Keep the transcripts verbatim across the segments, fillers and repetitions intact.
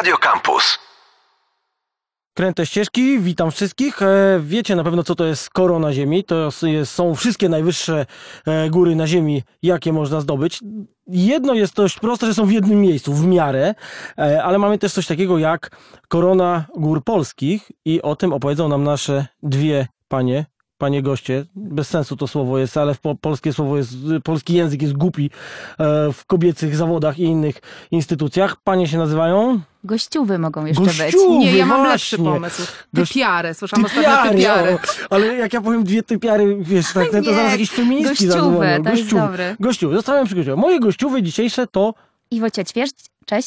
Radio Campus. Kręte ścieżki, witam wszystkich. Wiecie na pewno, co to jest skoro na ziemi. To jest, są wszystkie najwyższe góry na ziemi, jakie można zdobyć. Jedno jest dość proste, że są w jednym miejscu, w miarę, ale mamy też coś takiego jak korona gór polskich i o tym opowiedzą nam nasze dwie panie, panie goście. Bez sensu to słowo jest, ale w po, polskie słowo jest, polski język jest głupi w kobiecych zawodach i innych instytucjach. Panie się nazywają? Gościuwy mogą jeszcze Gościuwy, być. Nie, ja mam właśnie. lepszy pomysł. Gość- Typiary. Słyszałam Typiary, ostatnio typiary. o, ale jak ja powiem dwie typiary, wiesz, tak, to Nie, zaraz jakieś feministki gościuwy, zadzwonią. to jest dobry. Gościuwy, zostawiam przy gościuwy. Moje gościuwy dzisiejsze to, Iwo Ciecwierz, cześć.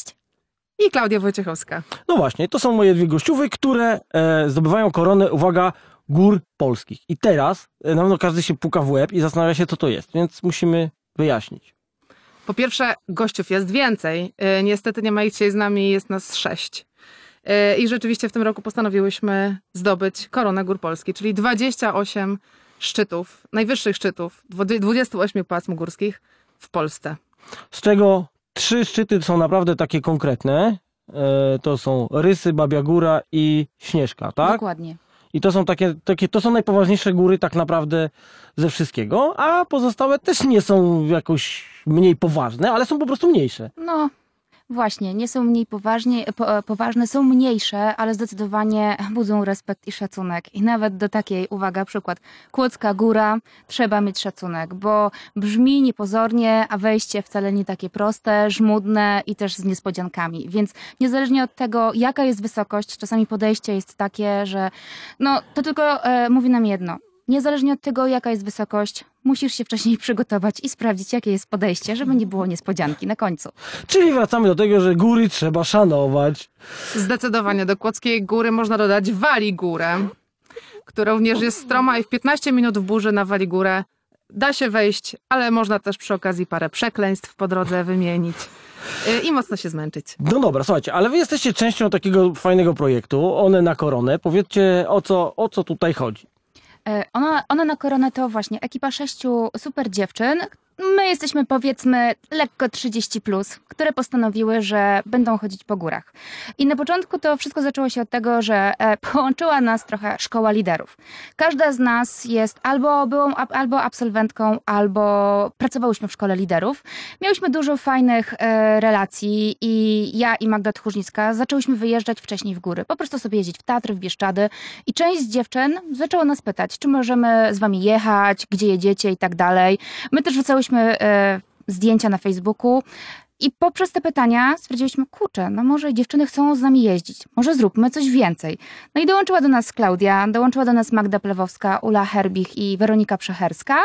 I Klaudia Wojciechowska. no właśnie, to są moje dwie gościuwy, które e, zdobywają koronę, uwaga, gór polskich. I teraz e, na pewno każdy się puka w łeb i zastanawia się, co to jest, więc musimy wyjaśnić. Po pierwsze, gościów jest więcej. Yy, niestety nie ma ich dzisiaj z nami, jest nas sześć. Yy, I rzeczywiście w tym roku postanowiłyśmy zdobyć koronę gór polskich, czyli dwadzieścia osiem szczytów, najwyższych szczytów, dwudziestu ośmiu pasm górskich w Polsce. Z czego trzy szczyty są naprawdę takie konkretne. E, to są Rysy, Babia Góra i Śnieżka, tak? Dokładnie. I to są takie, takie, to są najpoważniejsze góry tak naprawdę ze wszystkiego, a pozostałe też nie są jakoś mniej poważne, ale są po prostu mniejsze. No właśnie, nie są mniej poważnie, po, poważne, są mniejsze, ale zdecydowanie budzą respekt i szacunek. I nawet do takiej, uwaga, przykład, Kłodzka Góra, trzeba mieć szacunek, bo brzmi niepozornie, a wejście wcale nie takie proste, żmudne i też z niespodziankami. Więc niezależnie od tego, jaka jest wysokość, czasami podejście jest takie, że no to tylko e, mówi nam jedno. Niezależnie od tego, jaka jest wysokość, musisz się wcześniej przygotować i sprawdzić, jakie jest podejście, żeby nie było niespodzianki na końcu. Czyli wracamy do tego, że góry trzeba szanować. Zdecydowanie do Kłodzkiej Góry można dodać Wali Górę, która również jest stroma i w piętnaście minut w burzy na Wali Górę da się wejść, ale można też przy okazji parę przekleństw po drodze wymienić yy, i mocno się zmęczyć. No dobra, słuchajcie, ale wy jesteście częścią takiego fajnego projektu, One na koronę. Powiedzcie, o co, o co tutaj chodzi. Ona, ona na koronę to właśnie ekipa sześciu super dziewczyn. My jesteśmy powiedzmy lekko trzydzieści plus, które postanowiły, że będą chodzić po górach. I na początku to wszystko zaczęło się od tego, że e, połączyła nas trochę szkoła liderów. Każda z nas jest albo byłą, albo absolwentką, albo pracowałyśmy w szkole liderów. Miałyśmy dużo fajnych e, relacji i ja i Magda Tchórznicka zaczęłyśmy wyjeżdżać wcześniej w góry. Po prostu sobie jeździć w Tatry, w Bieszczady i część z dziewczyn zaczęła nas pytać, czy możemy z wami jechać, gdzie jedziecie i tak dalej. My też wrzucałyśmy e, zdjęcia na Facebooku i poprzez te pytania stwierdziliśmy, kurczę, no może dziewczyny chcą z nami jeździć, może zróbmy coś więcej. No i dołączyła do nas Klaudia, dołączyła do nas Magda Plewowska, Ula Herbich i Weronika Przecherska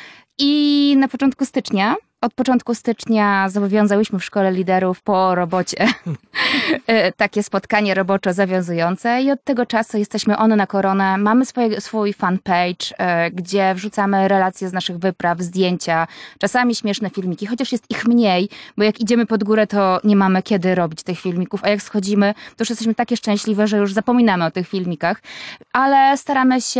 i na początku stycznia, od początku stycznia zobowiązałyśmy w szkole liderów po robocie takie spotkanie robocze zawiązujące i od tego czasu jesteśmy One na koronę. Mamy swoje, swój fanpage, gdzie wrzucamy relacje z naszych wypraw, zdjęcia, czasami śmieszne filmiki, chociaż jest ich mniej, bo jak idziemy pod górę, to nie mamy kiedy robić tych filmików, a jak schodzimy, to już jesteśmy takie szczęśliwe, że już zapominamy o tych filmikach, ale staramy się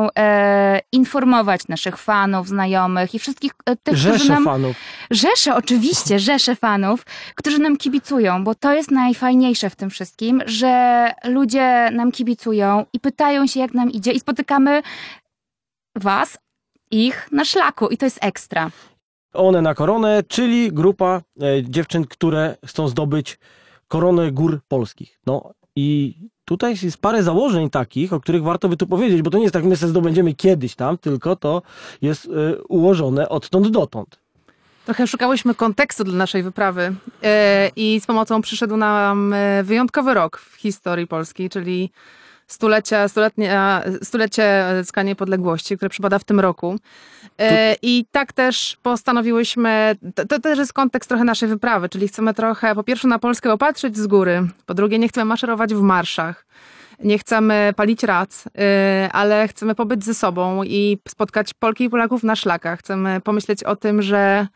e, informować naszych fanów, znajomych i wszystkich e, tych, Rzesze którzy nam... fanów. Rzesze, oczywiście, rzesze fanów, którzy nam kibicują, bo to jest najfajniejsze w tym wszystkim, że ludzie nam kibicują i pytają się, jak nam idzie i spotykamy was, ich na szlaku i to jest ekstra. One na koronę, czyli grupa e, dziewczyn, które chcą zdobyć koronę gór polskich. No i tutaj jest parę założeń takich, o których warto by tu powiedzieć, bo to nie jest tak, my się zdobędziemy kiedyś tam, tylko to jest e, ułożone odtąd dotąd. Trochę szukałyśmy kontekstu dla naszej wyprawy yy, i z pomocą przyszedł nam yy, wyjątkowy rok w historii Polski, czyli stulecia, stuletnia, stulecie odzyskania niepodległości, które przypada w tym roku. Yy, I tak też postanowiłyśmy, to, to też jest kontekst trochę naszej wyprawy, czyli chcemy trochę po pierwsze na Polskę popatrzeć z góry, po drugie nie chcemy maszerować w marszach, nie chcemy palić rac, yy, ale chcemy pobyć ze sobą i spotkać Polki i Polaków na szlakach. Chcemy pomyśleć o tym, że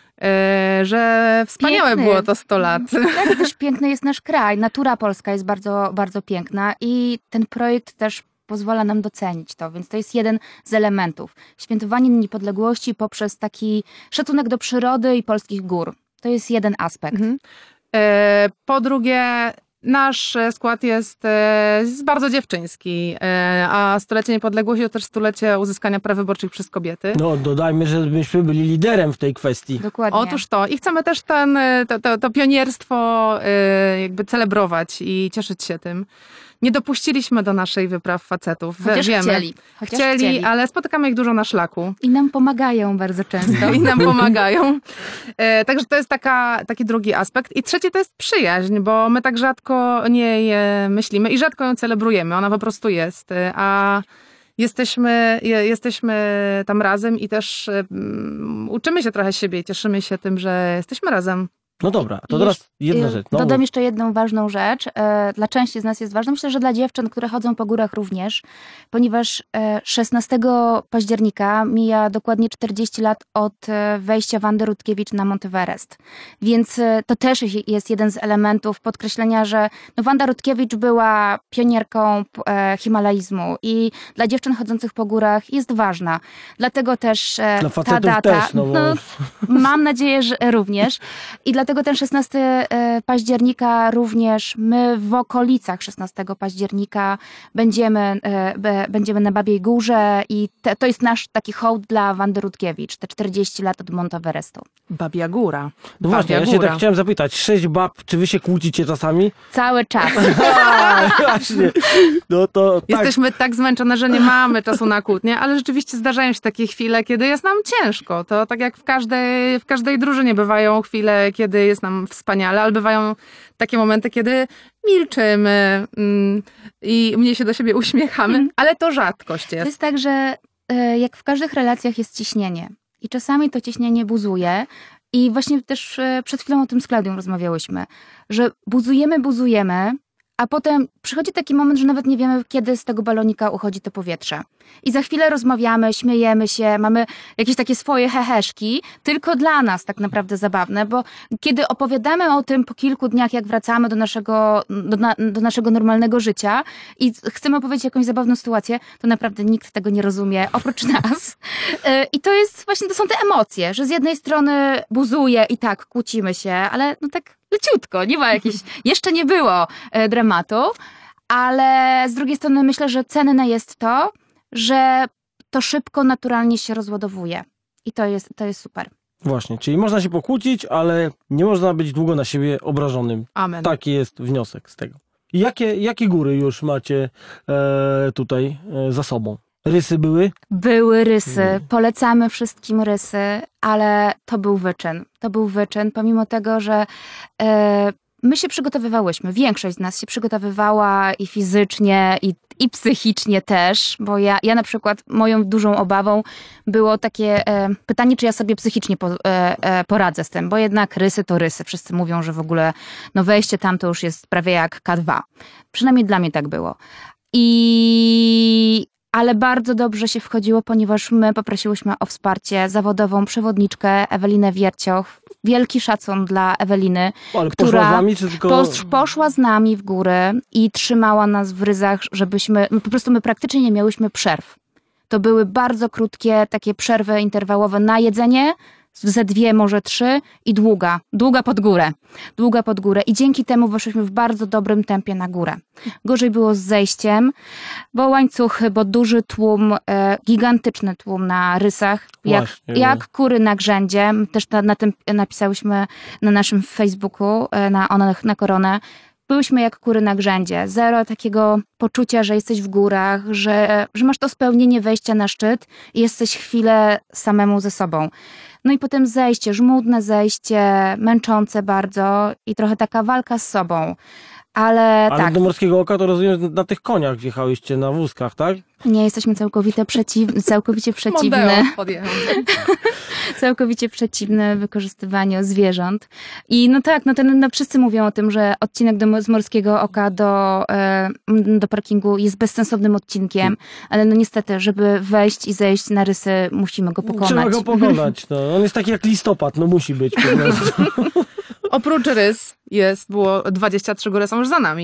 Yy, że wspaniałe Piękny. było to sto lat. Jak też piękny jest nasz kraj. Natura polska jest bardzo, bardzo piękna i ten projekt też pozwala nam docenić to, więc to jest jeden z elementów. Świętowanie niepodległości poprzez taki szacunek do przyrody i polskich gór. To jest jeden aspekt. Mhm. Yy, po drugie, Nasz skład jest, e, jest bardzo dziewczyński, e, a stulecie niepodległości to też stulecie uzyskania praw wyborczych przez kobiety. No dodajmy, że myśmy byli liderem w tej kwestii. Dokładnie. Otóż to. I chcemy też ten, to, to, to pionierstwo e, jakby celebrować i cieszyć się tym. Nie dopuściliśmy do naszej wypraw facetów. Chociaż Wiemy. chcieli. Chociaż chcieli, chcieli. ale spotykamy ich dużo na szlaku. I nam pomagają bardzo często. I nam pomagają. E, także to jest taka, taki drugi aspekt. I trzeci to jest przyjaźń, bo my tak rzadko nie je myślimy i rzadko ją celebrujemy. Ona po prostu jest. E, a jesteśmy, je, jesteśmy tam razem i też um, uczymy się trochę siebie i cieszymy się tym, że jesteśmy razem. No dobra, to I teraz jeszcze- jedna y, rzecz. No, Dodam jeszcze jedną ważną rzecz. E, Dla części z nas jest ważna. Myślę, że dla dziewczyn, które chodzą po górach również, ponieważ e, szesnastego października mija dokładnie czterdzieści lat od e, wejścia Wandy Rutkiewicz na Mount Everest. Więc e, to też jest jeden z elementów podkreślenia, że no, Wanda Rutkiewicz była pionierką e, himalaizmu i dla dziewczyn chodzących po górach jest ważna. Dlatego też e, Dla ta facetów data... też, no bo... Mam nadzieję, że również. I dlatego ten szesnastego października również my w okolicach szesnastego października będziemy, e, be- będziemy na Babiej Górze i te, to jest nasz taki hołd dla Wandy Rutkiewicz, te czterdzieści lat od Mount Everestu. Babia góra. No właśnie, Babia ja się góra. tak chciałem zapytać, sześć bab, czy wy się kłócicie czasami? Cały czas. A, właśnie. No to tak. Jesteśmy tak zmęczone, że nie mamy czasu na kłótnie, ale rzeczywiście zdarzają się takie chwile, kiedy jest nam ciężko. To tak jak w każdej, w każdej drużynie bywają chwile, kiedy jest nam wspaniale, ale bywają takie momenty, kiedy milczymy mm, i mnie się do siebie uśmiechamy, ale to rzadkość To jest. jest tak, że e, jak w każdych relacjach jest ciśnienie i czasami to ciśnienie buzuje i właśnie też e, przed chwilą o tym z Klaudią rozmawiałyśmy, że buzujemy, buzujemy, a potem przychodzi taki moment, że nawet nie wiemy, kiedy z tego balonika uchodzi to powietrze. I za chwilę rozmawiamy, śmiejemy się, mamy jakieś takie swoje heheszki, tylko dla nas tak naprawdę zabawne, bo kiedy opowiadamy o tym po kilku dniach, jak wracamy do naszego, do, na, do naszego normalnego życia i chcemy opowiedzieć jakąś zabawną sytuację, to naprawdę nikt tego nie rozumie, oprócz nas. Yy, I to jest właśnie, to są te emocje, że z jednej strony buzuje i tak, kłócimy się, ale no tak leciutko, nie ma jakiejś, jeszcze nie było e, dramatu, ale z drugiej strony myślę, że cenne jest to, że to szybko, naturalnie się rozładowuje. I to jest, to jest super. Właśnie, czyli można się pokłócić, ale nie można być długo na siebie obrażonym. Amen. Taki jest wniosek z tego. I Jakie, jakie góry już macie e, tutaj e, za sobą? Rysy były? Były rysy, polecamy wszystkim rysy, ale to był wyczyn. To był wyczyn, pomimo tego, że e, my się przygotowywałyśmy, większość z nas się przygotowywała i fizycznie, i, i psychicznie też, bo ja, ja na przykład, moją dużą obawą było takie e, pytanie, czy ja sobie psychicznie po, e, e, poradzę z tym, bo jednak rysy to rysy. Wszyscy mówią, że w ogóle no wejście tam to już jest prawie jak K dwa. Przynajmniej dla mnie tak było. I... Ale bardzo dobrze się wchodziło, ponieważ my poprosiłyśmy o wsparcie zawodową przewodniczkę Ewelinę Wiercioch. Wielki szacun dla Eweliny, O, ale która poszła z wami, czy tylko... posz, poszła z nami w górę i trzymała nas w ryzach, żebyśmy, no po prostu my praktycznie nie miałyśmy przerw. To były bardzo krótkie takie przerwy interwałowe na jedzenie, ze dwie, może trzy i długa, długa pod górę, długa pod górę i dzięki temu weszliśmy w bardzo dobrym tempie na górę. Gorzej było z zejściem, bo łańcuchy, bo duży tłum, e, gigantyczny tłum na rysach, jak, Właśnie, jak kury na grzędzie. Też na, na tym napisałyśmy na naszym Facebooku, e, na Ona na Koronę. Byłyśmy jak kury na grzędzie. Zero takiego poczucia, że jesteś w górach, że, że masz to spełnienie wejścia na szczyt i jesteś chwilę samemu ze sobą. No i potem zejście, żmudne zejście, męczące bardzo i trochę taka walka z sobą. Ale, Ale tak, do Morskiego Oka to rozumiem, na tych koniach wjechałyście, na wózkach, tak? nie jesteśmy całkowicie, przeciw, całkowicie przeciwne. Mondeo podjechał. Całkowicie przeciwne wykorzystywaniu zwierząt. I no tak, no, ten, no wszyscy mówią o tym, że odcinek do, z Morskiego Oka do, e, do parkingu jest bezsensownym odcinkiem, ale no niestety, żeby wejść i zejść na rysy, musimy go pokonać. Trzeba go pokonać. No. On jest taki jak listopad, no musi być po prostu. Oprócz rys jest, było dwadzieścia trzy góry są już za nami.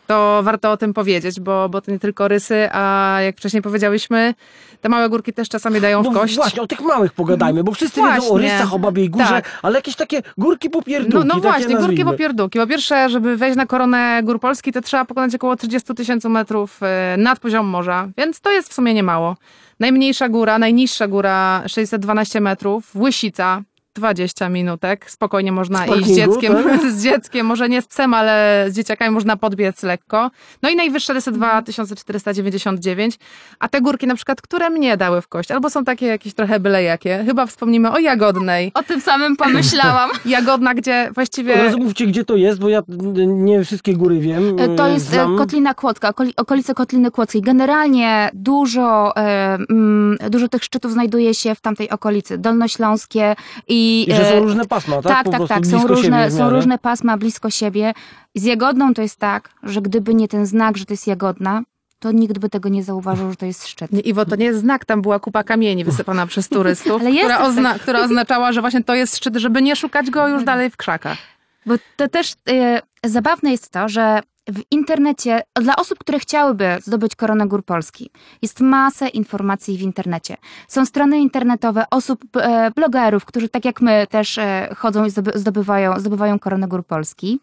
to warto o tym powiedzieć, bo, bo to nie tylko rysy, a jak wcześniej powiedziałyśmy, te małe górki też czasami dają w No kość. właśnie, o tych małych pogadajmy, bo wszyscy Właśnie. wiedzą o rysach, o Babiej Górze, Tak. ale jakieś takie górki popierduki. No, no takie właśnie, górki nazwijmy. popierduki. Po pierwsze, żeby wejść na koronę Gór Polski, to trzeba pokonać około trzydzieści tysięcy metrów y, nad poziom morza, więc to jest w sumie niemało. Najmniejsza góra, najniższa góra sześćset dwanaście metrów, Łysica, dwadzieścia minutek. Spokojnie można Z iść z parkingu, dzieckiem, tak? z dzieckiem, może nie z psem, ale z dzieciakami można podbiec lekko. No i najwyższe rysy dwa tysiące czterysta dziewięćdziesiąt dziewięć, a te górki na przykład, które mnie dały w kość, albo są takie jakieś trochę byle jakie. Chyba wspomnimy o Jagodnej. O tym samym pomyślałam. Jagodna, gdzie właściwie... Od razu mówcie, gdzie to jest, bo ja nie wszystkie góry wiem. To jest znam. e, Kotlina Kłodzka, okoli- okolice Kotliny Kłodzkiej. Generalnie dużo, e, mm, dużo tych szczytów znajduje się w tamtej okolicy. Dolnośląskie i... I że są e, różne pasma, tak? Tak, Po tak, prostu tak. Są blisko różne, siebie w są miarę. różne pasma blisko siebie. Z Jagodną to jest tak, że gdyby nie ten znak, że to jest Jagodna, to nikt by tego nie zauważył, że to jest szczyt. Nie, Iwo, to nie jest znak, tam była kupa kamieni wysypana przez turystów, Ale jest która, też ozna- taki- która oznaczała, że właśnie to jest szczyt, żeby nie szukać go już dalej w krzakach. Bo to też e, zabawne jest to, że w internecie, dla osób, które chciałyby zdobyć Koronę Gór Polski, jest masa informacji w internecie. Są strony internetowe osób, e, blogerów, którzy tak jak my też e, chodzą i zdoby, zdobywają, zdobywają Koronę Gór Polski.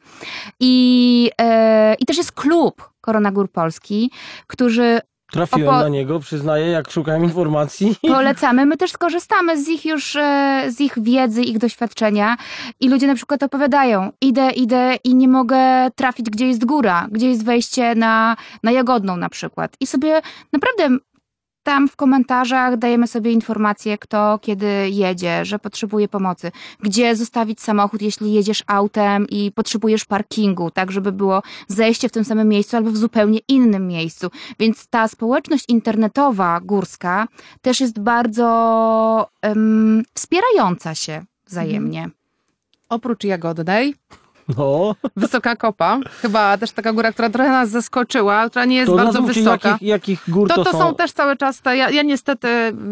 I, e, I też jest klub Korona Gór Polski, którzy Trafiłem Opo- na niego, przyznaję, jak szukałem informacji. polecamy. My też skorzystamy z ich już, e, z ich wiedzy, ich doświadczenia i ludzie na przykład opowiadają, idę, idę i nie mogę trafić, gdzie jest góra, gdzie jest wejście na, na Jagodną na przykład. I sobie naprawdę tam w komentarzach dajemy sobie informacje, kto kiedy jedzie, że potrzebuje pomocy, gdzie zostawić samochód, jeśli jedziesz autem i potrzebujesz parkingu, tak żeby było zejście w tym samym miejscu albo w zupełnie innym miejscu. Więc ta społeczność internetowa górska też jest bardzo um, wspierająca się wzajemnie. Oprócz Jagodnej, No, Wysoka Kopa, chyba też taka góra, która trochę nas zaskoczyła, która nie jest to bardzo bardzo wysoka. jakich, jakich gór to, To, to są też cały czas te, ja, ja niestety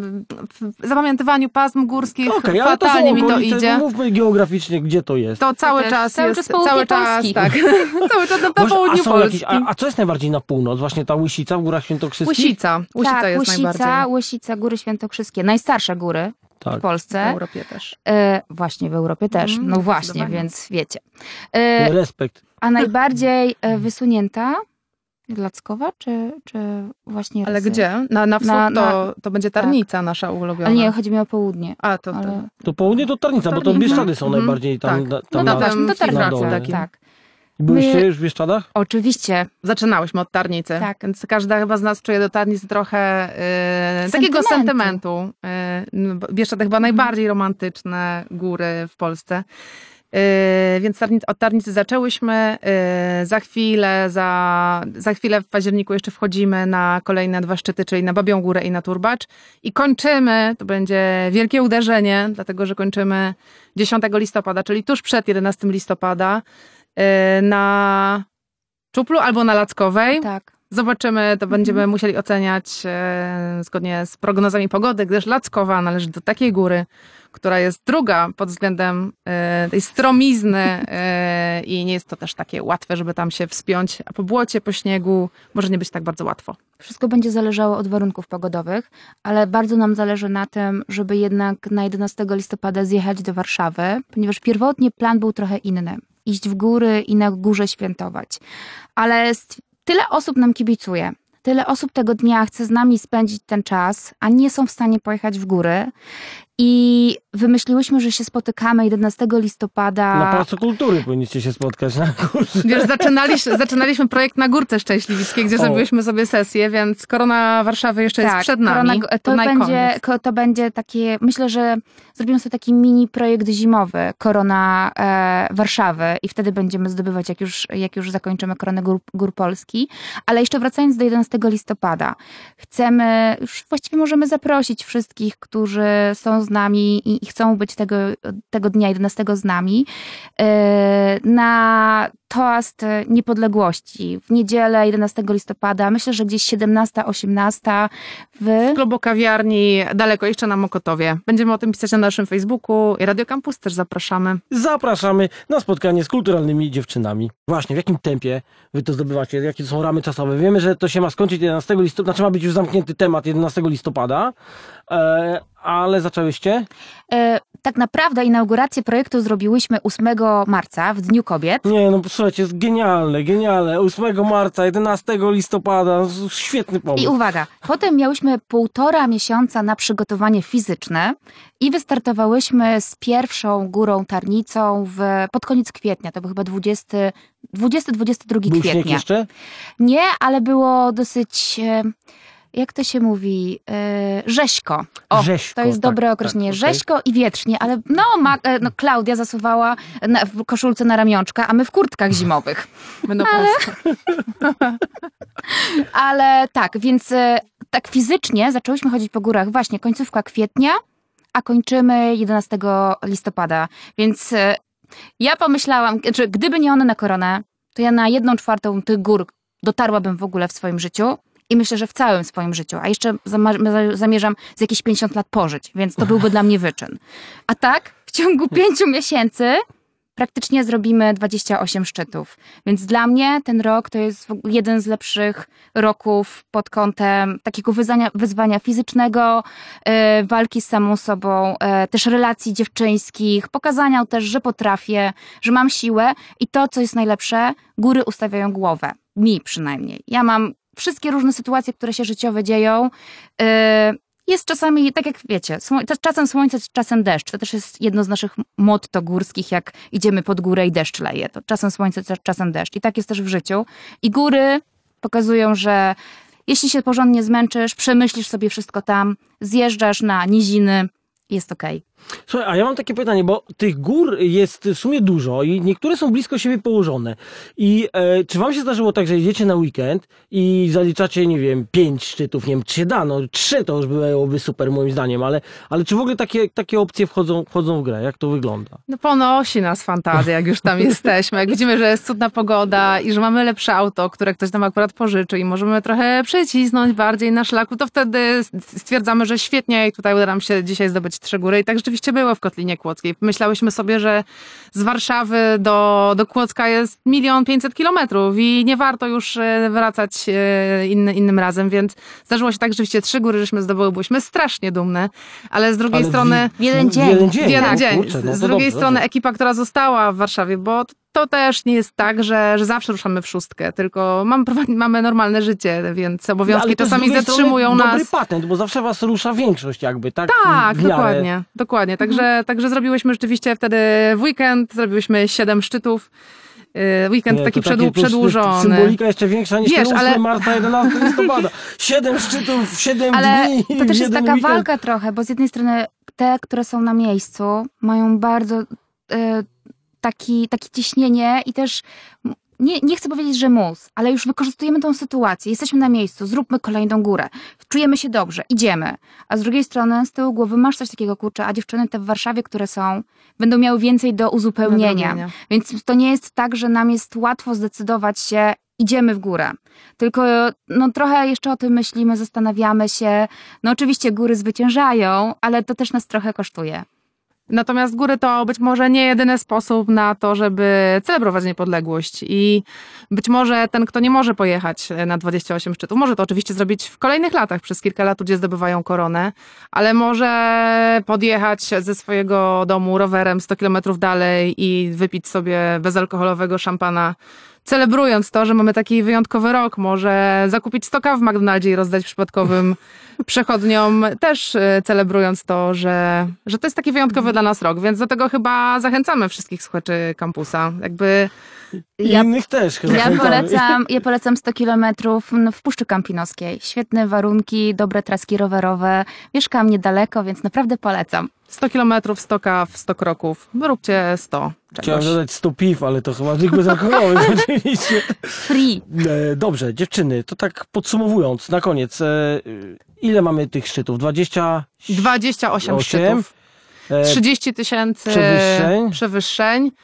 w zapamiętywaniu pasm górskich Okej, ale to fatalnie są mi to okolice, idzie. Mówmy geograficznie, gdzie to jest. To cały też czas cały jest, czas południe cały czas, Polski. tak, cały czas na Właśnie, południu a, są Polski. jakieś, a, a co jest najbardziej na północ? Właśnie ta Łysica w Górach Świętokrzyskich? Łysica, Łysica tak, jest Łysica, najbardziej Łysica, Góry Świętokrzyskie, najstarsze góry Tak. w w Polsce. Europie też. E, właśnie w Europie też, Mm, no właśnie, zdecydowanie. więc wiecie. E, Respekt. a najbardziej e, wysunięta Lackowa, czy, czy właśnie Ale Rysy? gdzie? Na, na wschód Na- na- to, to będzie Tarnica nasza ulubiona. Ale nie, chodzi mi o południe. A, to, to. Ale... To południe to Tarnica, bo to Tarnica. Bieszczady są Mhm. najbardziej tam, Tak. na, No tam to na, właśnie, to Tarnica na dole. Tarnica, tak. Byłyście My- już w Bieszczadach? Oczywiście. Zaczynałyśmy od Tarnicy, Tak. więc każda chyba z nas czuje do Tarnicy trochę yy, takiego Sentymentu. sentymentu. Yy, bo Bieszczady chyba najbardziej romantyczne góry w Polsce. Yy, więc Tarnic, od Tarnicy zaczęłyśmy. Yy, za chwilę, za, za chwilę w październiku jeszcze wchodzimy na kolejne dwa szczyty, czyli na Babią Górę i na Turbacz. I kończymy, to będzie wielkie uderzenie, dlatego że kończymy dziesiątego listopada, czyli tuż przed jedenastego listopada yy, na Czuplu albo na Lackowej. Tak. Zobaczymy, to będziemy musieli oceniać e, zgodnie z prognozami pogody, gdyż Lackowa należy do takiej góry, która jest druga pod względem e, tej stromizny e, i nie jest to też takie łatwe, żeby tam się wspiąć, a po błocie, po śniegu może nie być tak bardzo łatwo. Wszystko będzie zależało od warunków pogodowych, ale bardzo nam zależy na tym, żeby jednak na jedenastego listopada zjechać do Warszawy, ponieważ pierwotnie plan był trochę inny. Iść w góry i na górze świętować. Ale st- tyle osób nam kibicuje. Tyle osób tego dnia chce z nami spędzić ten czas, a nie są w stanie pojechać w góry. I wymyśliłyśmy, że się spotykamy jedenastego listopada. Na Pałacu Kultury powinniście się spotkać na górze. Wiesz, zaczynaliśmy, zaczynaliśmy projekt na Górce Szczęśliwickiej, gdzie O. zrobiliśmy sobie sesję, więc korona Warszawy jeszcze Tak, jest przed nami. korona- to, na będzie, koniec. ko- to będzie takie, myślę, że zrobimy sobie taki mini projekt zimowy, Korona e, Warszawy i wtedy będziemy zdobywać, jak już, jak już zakończymy Koronę Gór, Gór Polski. Ale jeszcze wracając do jedenastego listopada, chcemy, już właściwie możemy zaprosić wszystkich, którzy są z nami i, i chcą być tego, tego dnia jedenastego z nami, e, na toast niepodległości. W niedzielę jedenastego listopada, myślę, że gdzieś siedemnasta, osiemnasta w... w klubu kawiarni daleko jeszcze na Mokotowie. Będziemy o tym pisać na naszym Facebooku i Radio Campus też zapraszamy. Zapraszamy na spotkanie z kulturalnymi dziewczynami. Właśnie, w jakim tempie wy to zdobywacie? Jakie to są ramy czasowe? Wiemy, że to się ma skończyć jedenastego listopada, znaczy ma być już zamknięty temat jedenastego listopada, e, ale zaczęłyście? E, tak naprawdę inaugurację projektu zrobiłyśmy ósmego marca, w Dniu Kobiet. Nie, no słuchajcie, jest genialne, genialne. ósmego marca, jedenastego listopada, świetny pomysł. I uwaga, potem miałyśmy półtora miesiąca na przygotowanie fizyczne i wystartowałyśmy z pierwszą górą Tarnicą w, pod koniec kwietnia. To był chyba dwudziesty, dwudziesty dwudziesty drugi Był kwietnia. śnieg jeszcze? Nie, ale było dosyć... E, jak to się mówi, yy, rzeźko. O, Rzeźko, to jest tak, dobre określenie. tak, okay. Rzeźko i wietrznie, ale no, ma, no Klaudia zasuwała na, w koszulce na ramionczka, a my w kurtkach zimowych. Będą ale, ale tak, więc tak fizycznie zaczęłyśmy chodzić po górach właśnie końcówka kwietnia, a kończymy jedenastego listopada. Więc ja pomyślałam, że gdyby nie one na koronę, to ja na jedną czwartą tych gór dotarłabym w ogóle w swoim życiu. I myślę, że w całym swoim życiu. A jeszcze zamierzam z jakieś pięćdziesiąt lat pożyć, więc to byłby dla mnie wyczyn. A tak, w ciągu pięciu miesięcy praktycznie zrobimy dwadzieścia osiem szczytów. Więc dla mnie ten rok to jest jeden z lepszych roków pod kątem takiego wyzwania, wyzwania fizycznego, yy, walki z samą sobą, yy, też relacji dziewczyńskich, pokazania też, że potrafię, że mam siłę i to, co jest najlepsze, góry ustawiają głowę. Mi przynajmniej. Ja mam wszystkie różne sytuacje, które się życiowe dzieją. Yy, jest czasami, tak jak wiecie, sło- czasem słońce, czasem deszcz. To też jest jedno z naszych motto górskich, jak idziemy pod górę i deszcz leje. To czasem słońce, czasem deszcz. I tak jest też w życiu. I góry pokazują, że jeśli się porządnie zmęczysz, przemyślisz sobie wszystko tam, zjeżdżasz na niziny, jest okej. Słuchaj, a ja mam takie pytanie, bo tych gór jest w sumie dużo i niektóre są blisko siebie położone. I e, czy wam się zdarzyło tak, że jedziecie na weekend i zaliczacie, nie wiem, pięć szczytów, nie wiem, czy się da, no trzy to już byłoby super moim zdaniem, ale, ale czy w ogóle takie, takie opcje wchodzą, wchodzą w grę? Jak to wygląda? No ponosi nas fantazja, jak już tam jesteśmy. Jak widzimy, że jest cudna pogoda i że mamy lepsze auto, które ktoś nam akurat pożyczy i możemy trochę przycisnąć bardziej na szlaku, to wtedy stwierdzamy, że świetnie i tutaj uda nam się dzisiaj zdobyć trzy góry. I tak rzeczywiście było w Kotlinie Kłodzkiej. Myślałyśmy sobie, że z Warszawy do, do Kłodzka jest milion pięćset kilometrów i nie warto już wracać inny, innym razem, więc zdarzyło się tak, że rzeczywiście trzy góry żeśmy zdobyły, byliśmy strasznie dumne, ale z drugiej ale strony... W jeden dzień. W jeden dzień, W jeden tak? dzień. Kurczę, no z to drugiej dobrze, strony dobrze. ekipa, która została w Warszawie, bo to też nie jest tak, że, że zawsze ruszamy w szóstkę, tylko mamy, mamy normalne życie, więc obowiązki ale to z czasami drugiej zatrzymują strony nas. dobry patent, bo zawsze was rusza większość jakby, tak? Tak, W miarę. dokładnie, dokładnie. Także, Mhm. także zrobiłyśmy rzeczywiście wtedy w weekend, zrobiłyśmy siedem szczytów. Yy, Weekend Nie, taki to przedłu- takie, to przedłużony. Symbolika jeszcze większa niż Wiesz, ten ale- ósmego marca, jedenastego listopada. Siedem szczytów, siedem Ale dni to też w jest jeden taka weekend. walka trochę, bo z jednej strony te, które są na miejscu, mają bardzo y, taki, takie ciśnienie i też nie, nie chcę powiedzieć, że mus, ale już wykorzystujemy tą sytuację. Jesteśmy na miejscu, zróbmy kolejną górę. Czujemy się dobrze, idziemy. A z drugiej strony z tyłu głowy masz coś takiego, kurczę, a dziewczyny te w Warszawie, które są, będą miały więcej do uzupełnienia. Nadrobienia. Więc to nie jest tak, że nam jest łatwo zdecydować się, idziemy w górę. Tylko no, trochę jeszcze o tym myślimy, zastanawiamy się. No oczywiście góry zwyciężają, ale to też nas trochę kosztuje. Natomiast góry to być może nie jedyny sposób na to, żeby celebrować niepodległość i być może ten, kto nie może pojechać na dwadzieścia osiem szczytów, może to oczywiście zrobić w kolejnych latach, przez kilka lat ludzie zdobywają koronę, ale może podjechać ze swojego domu rowerem sto kilometrów dalej i wypić sobie bezalkoholowego szampana, celebrując to, że mamy taki wyjątkowy rok, może zakupić sto kaw w McDonaldzie i rozdać przypadkowym przechodniom, też celebrując to, że, że to jest taki wyjątkowy dla nas rok, więc do tego chyba zachęcamy wszystkich słuchaczy kampusa. Jakby I Ja- innych też chyba. Ja polecam, ja polecam sto kilometrów w Puszczy Kampinoskiej. Świetne warunki, dobre traski rowerowe. Mieszkam niedaleko, więc naprawdę polecam. sto kilometrów, sto kaw, sto kroków. Róbcie sto Chciałem czegoś. dodać sto piw, ale to chyba tylko bezalkoholowych oczywiście. Free. E, Dobrze, dziewczyny, to tak podsumowując, na koniec, e, ile mamy tych szczytów? dwadzieścia dwadzieścia osiem osiem? szczytów. E, trzydzieści tysięcy przewyższeń. przewyższeń.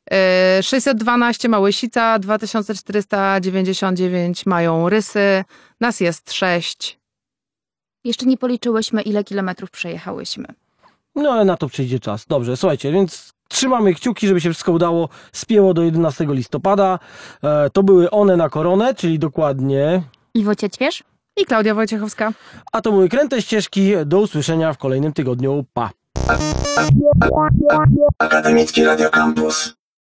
sześćset dwanaście ma Łysica, dwa tysiące czterysta dziewięćdziesiąt dziewięć mają Rysy, nas jest sześć. Jeszcze nie policzyłyśmy, ile kilometrów przejechałyśmy. No ale na to przyjdzie czas. Dobrze, słuchajcie, więc trzymamy kciuki, żeby się wszystko udało. Spięło do jedenastego listopada. E, to były one na koronę, czyli dokładnie... Iwo Ciećwierz? I Klaudia Wojciechowska. A to były Kręte Ścieżki. Do usłyszenia w kolejnym tygodniu. Pa! Akademicki Radio Campus.